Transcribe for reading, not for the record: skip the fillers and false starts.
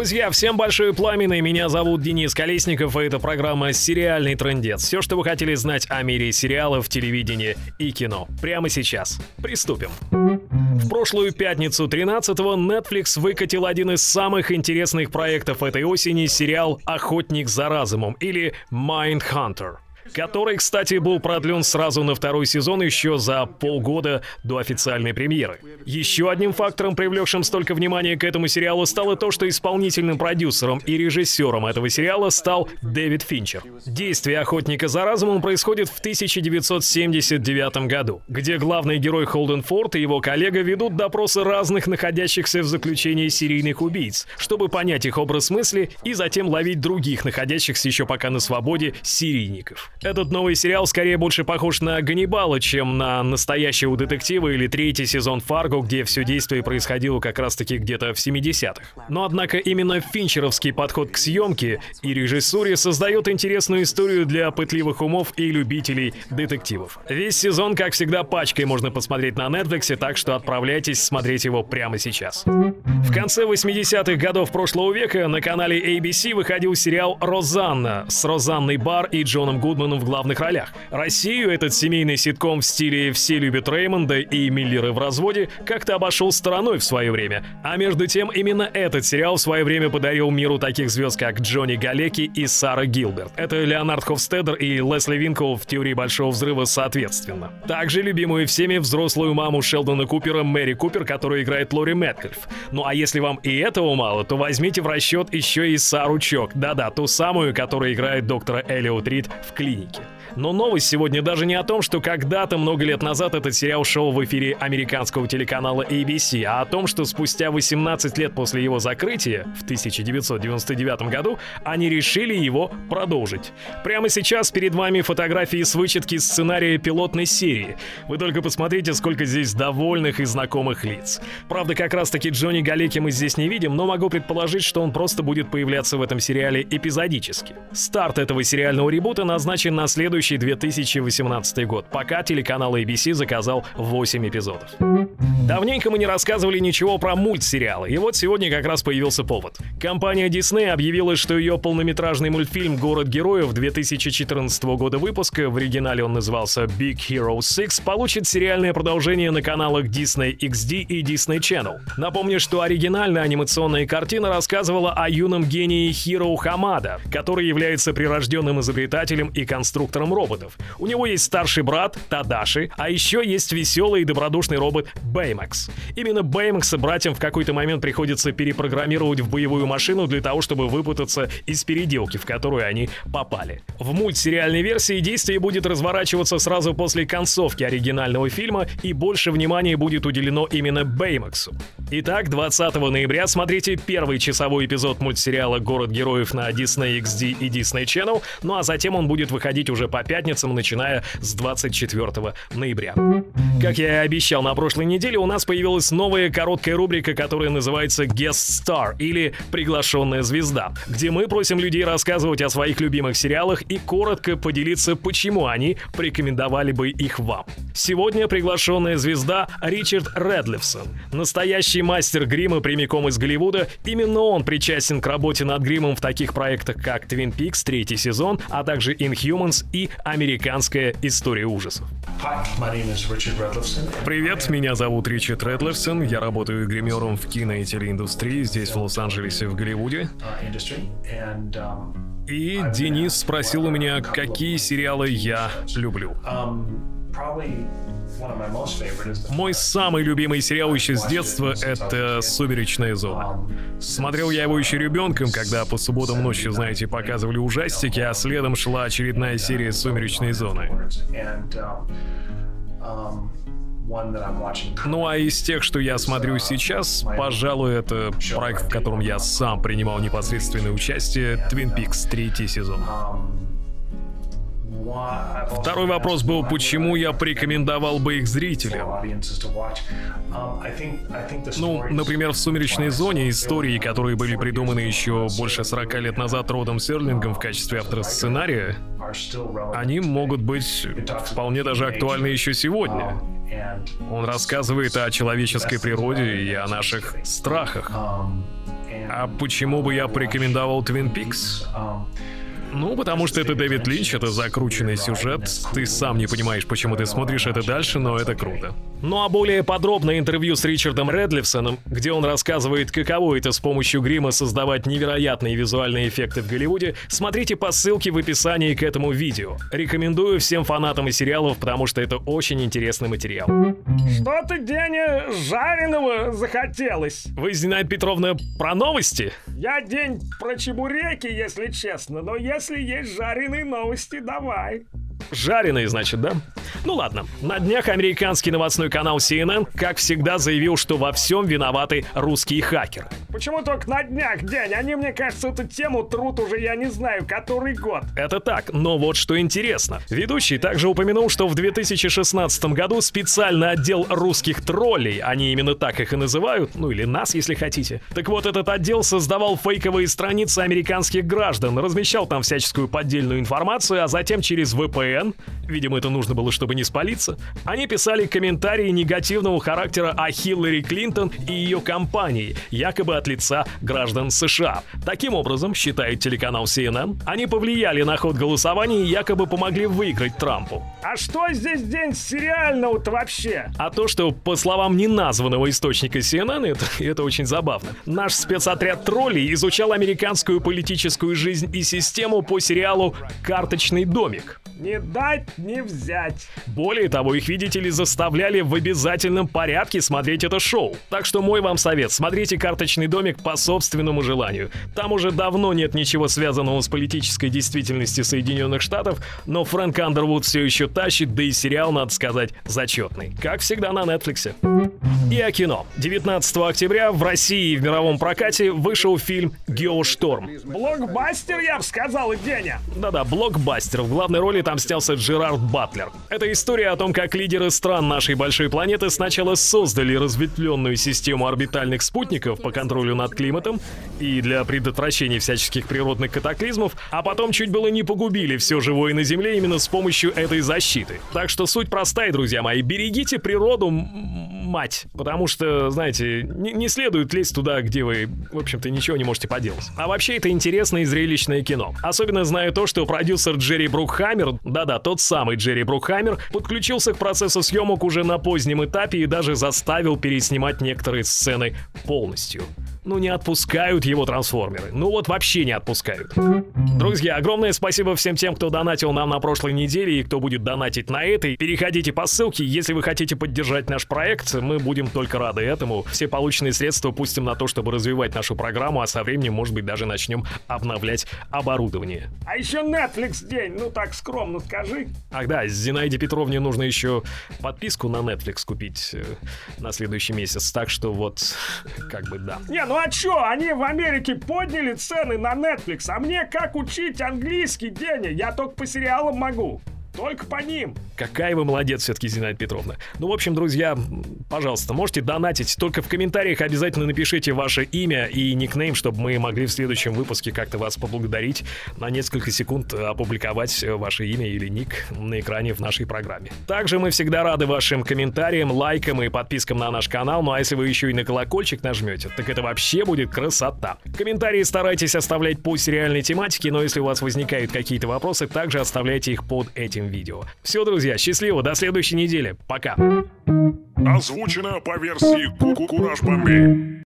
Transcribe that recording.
Друзья, всем большое пламя, и меня зовут Денис Колесников, и это программа «Сериальный трындец». Все, что вы хотели знать о мире сериалов, телевидения и кино. Прямо сейчас. Приступим. В прошлую пятницу 13-го Netflix выкатил один из самых интересных проектов этой осени — сериал «Охотник за разумом» или «Mindhunter», который, кстати, был продлен сразу на второй сезон еще за полгода до официальной премьеры. Еще одним фактором, привлекшим столько внимания к этому сериалу, стало то, что исполнительным продюсером и режиссером этого сериала стал Дэвид Финчер. Действие «Охотника за разумом» происходит в 1979 году, где главный герой Холден Форд и его коллега ведут допросы разных находящихся в заключении серийных убийц, чтобы понять их образ мысли и затем ловить других находящихся еще пока на свободе серийников. Этот новый сериал скорее больше похож на «Ганнибала», чем на настоящего детектива или третий сезон «Фарго», где все действие происходило как раз-таки где-то в 70-х. Но однако именно финчеровский подход к съемке и режиссуре создает интересную историю для пытливых умов и любителей детективов. Весь сезон, как всегда, пачкой можно посмотреть на Netflix, так что отправляйтесь смотреть его прямо сейчас. В конце 80-х годов прошлого века на канале ABC выходил сериал «Розанна» с Розанной Барр и Джоном Гудманом в главных ролях. Россию этот семейный ситком в стиле «Все любят Реймонда» и «Миллеры в разводе» как-то обошел стороной в свое время. А между тем, именно этот сериал в свое время подарил миру таких звезд, как Джонни Галеки и Сара Гилберт. Это Леонард Хофстедер и Лесли Винкл в «Теории большого взрыва» соответственно. Также любимую всеми взрослую маму Шелдона Купера Мэри Купер, которая играет Лори Мэткальф. Ну а если вам и этого мало, то возьмите в расчет еще и Сару Чок. Да-да, ту самую, которая играет доктора Элиот Рид в «Клинике». Но новость сегодня даже не о том, что когда-то, много лет назад, этот сериал шел в эфире американского телеканала ABC, а о том, что спустя 18 лет после его закрытия, в 1999 году, они решили его продолжить. Прямо сейчас перед вами фотографии с вычетки сценария пилотной серии. Вы только посмотрите, сколько здесь довольных и знакомых лиц. Правда, как раз-таки Джонни Галеки мы здесь не видим, но могу предположить, что он просто будет появляться в этом сериале эпизодически. Старт этого сериального ребута назначен на следующий 2018 год, пока телеканал ABC заказал 8 эпизодов. Давненько мы не рассказывали ничего про мультсериалы, и вот сегодня как раз появился повод. Компания Disney объявила, что ее полнометражный мультфильм «Город героев» 2014 года выпуска, в оригинале он назывался Big Hero 6, получит сериальное продолжение на каналах Disney XD и Disney Channel. Напомню, что оригинальная анимационная картина рассказывала о юном гении Хиро Хамада, который является прирожденным изобретателем и конструктором роботов. У него есть старший брат Тадаши, а еще есть веселый и добродушный робот Бэймакс. Именно Бэймакса братьям в какой-то момент приходится перепрограммировать в боевую машину для того, чтобы выпутаться из переделки, в которую они попали. В мультсериальной версии действие будет разворачиваться сразу после концовки оригинального фильма, и больше внимания будет уделено именно Бэймаксу. Итак, 20 ноября смотрите первый часовой эпизод мультсериала «Город героев» на Disney XD и Disney Channel, ну а затем он будет выходить уже по пятницам, начиная с 24 ноября. Как я и обещал на прошлой неделе, у нас появилась новая короткая рубрика, которая называется Guest Star или «Приглашенная звезда», где мы просим людей рассказывать о своих любимых сериалах и коротко поделиться, почему они порекомендовали бы их вам. Сегодня приглашенная звезда Ричард Рэдлифсон. Настоящий мастер грима прямиком из Голливуда. Именно он причастен к работе над гримом в таких проектах, как Twin Peaks третий сезон, а также Inhumans и Американская история ужасов. Привет, меня зовут Ричард Рэдлифсон. Я работаю гримером в кино- и телеиндустрии здесь, в Лос-Анджелесе, в Голливуде. И Денис спросил у меня, какие сериалы я люблю. Мой самый любимый сериал еще с детства — это «Сумеречная зона». Смотрел я его еще ребенком, когда по субботам ночью, знаете, показывали ужастики, а следом шла очередная серия «Сумеречной зоны». Ну а из тех, что я смотрю сейчас, пожалуй, это проект, в котором я сам принимал непосредственное участие, Twin Peaks третий сезон. Второй вопрос был, почему я порекомендовал бы их зрителям. Ну, например, в «Сумеречной зоне» истории, которые были придуманы еще больше 40 лет назад Родом Серлингом в качестве автора сценария, они могут быть вполне даже актуальны еще сегодня. Он рассказывает о человеческой природе и о наших страхах. А почему бы я порекомендовал Twin Peaks? Ну, потому что это Дэвид Линч, это закрученный сюжет. Ты сам не понимаешь, почему ты смотришь это дальше, но это круто. Ну а более подробное интервью с Ричардом Рэдклиффсоном, где он рассказывает, каково это с помощью грима создавать невероятные визуальные эффекты в Голливуде, смотрите по ссылке в описании к этому видео. Рекомендую всем фанатам сериалов, потому что это очень интересный материал. Что-то, Деня, жареного захотелось. Вы, Зинаида Петровна, про новости? Я, День, про чебуреки, если честно, но если есть жареные новости, давай. Жареные, значит, да? Ну ладно. На днях американский новостной канал CNN, как всегда, заявил, что во всем виноваты русские хакеры. Почему только на днях, День? Они, мне кажется, эту тему трут уже, я не знаю, который год. Это так, но вот что интересно. Ведущий также упомянул, что в 2016 году специальный отдел русских троллей, они именно так их и называют, ну или нас, если хотите. Так вот, этот отдел создавал фейковые страницы американских граждан, размещал там всяческую поддельную информацию, а затем через VPN, видимо, это нужно было, чтобы не спалиться, они писали комментарии негативного характера о Хиллари Клинтон и ее кампании, якобы от лица граждан США. Таким образом, считает телеканал CNN, они повлияли на ход голосования и якобы помогли выиграть Трампу. А что здесь, День, сериального-то вообще? А то, что, по словам неназванного источника CNN, это очень забавно. Наш спецотряд троллей изучал американскую политическую жизнь и систему по сериалу «Карточный домик». Не дать, не взять. Более того, их, видите ли, заставляли в обязательном порядке смотреть это шоу. Так что мой вам совет: смотрите «Карточный домик» по собственному желанию. Там уже давно нет ничего связанного с политической действительностью Соединенных Штатов, но Фрэнк Андервуд все еще тащит, да и сериал, надо сказать, зачетный. Как всегда на Netflix. И о кино. 19 октября в России и в мировом прокате вышел фильм «Геошторм». Блокбастер, я бы сказал, Деня. Да-да, блокбастер. В главной роли там снялся Джерард Батлер. Это история о том, как лидеры стран нашей большой планеты сначала создали разветвленную систему орбитальных спутников по контролю над климатом и для предотвращения всяческих природных катаклизмов, а потом чуть было не погубили все живое на Земле именно с помощью этой защиты. Так что суть простая, друзья мои. Берегите природу, мать. Потому что, знаете, не следует лезть туда, где вы, в общем-то, ничего не можете поделать. А вообще, это интересное и зрелищное кино. Особенно знаю то, что продюсер Джерри Брукхаммер, да-да, тот самый Джерри Брукхаммер, подключился к процессу съемок уже на позднем этапе и даже заставил переснимать некоторые сцены полностью. Ну, не отпускают его трансформеры. Ну вот вообще не отпускают. Друзья, огромное спасибо всем тем, кто донатил нам на прошлой неделе и кто будет донатить на этой. Переходите по ссылке, если вы хотите поддержать наш проект, мы будем только рады этому. Все полученные средства пустим на то, чтобы развивать нашу программу, а со временем, может быть, даже начнем обновлять оборудование. А еще Netflix, День, ну так скромно скажи. Ах да, Зинаиде Петровне нужно еще подписку на Netflix купить на следующий месяц, так что вот, как бы да. Не, ну а чё, они в Америке подняли цены на Netflix, а мне как учить английский, Деня? Я только по сериалам могу. Только по ним. Какая вы молодец все-таки, Зинаида Петровна. Ну, в общем, друзья, пожалуйста, можете донатить. Только в комментариях обязательно напишите ваше имя и никнейм, чтобы мы могли в следующем выпуске как-то вас поблагодарить, на несколько секунд опубликовать ваше имя или ник на экране в нашей программе. Также мы всегда рады вашим комментариям, лайкам и подпискам на наш канал. Ну а если вы еще и на колокольчик нажмете, так это вообще будет красота. Комментарии старайтесь оставлять по сериальной тематике, но если у вас возникают какие-то вопросы, также оставляйте их под этим видео. Все, друзья, счастливо, до следующей недели. Пока. Озвучено по версии Кураж Бомбей.